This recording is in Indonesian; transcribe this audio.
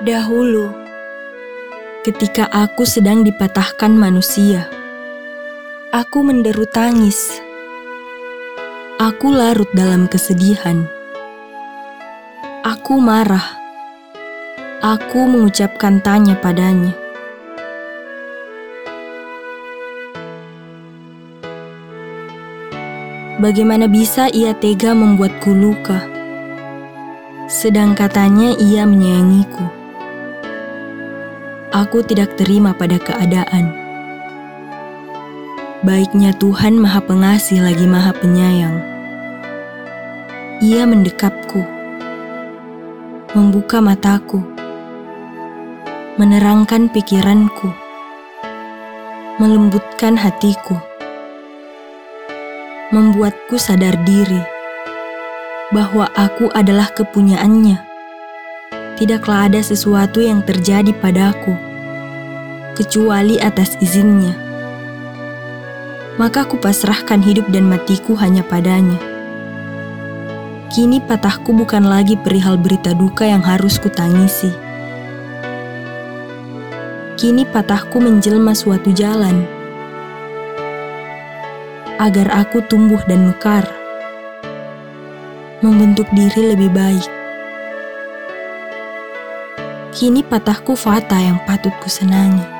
Dahulu, ketika aku sedang dipatahkan manusia, aku menderu tangis. Aku larut dalam kesedihan. Aku marah. Aku mengucapkan tanya padanya. Bagaimana bisa ia tega membuatku luka? Sedang katanya ia menyayangiku. Aku tidak terima pada keadaan. Baiknya Tuhan Maha Pengasih lagi Maha Penyayang. Ia mendekapku, membuka mataku, menerangkan pikiranku, melembutkan hatiku, membuatku sadar diri bahwa aku adalah kepunyaannya. Tidaklah ada sesuatu yang terjadi padaku kecuali atas izinnya. Maka ku pasrahkan hidup dan matiku hanya padanya. Kini patahku bukan lagi perihal berita duka yang harus kutangisi. Kini patahku menjelma suatu jalan agar aku tumbuh dan mekar, membentuk diri lebih baik. Kini patahku fata yang patut kusenangi.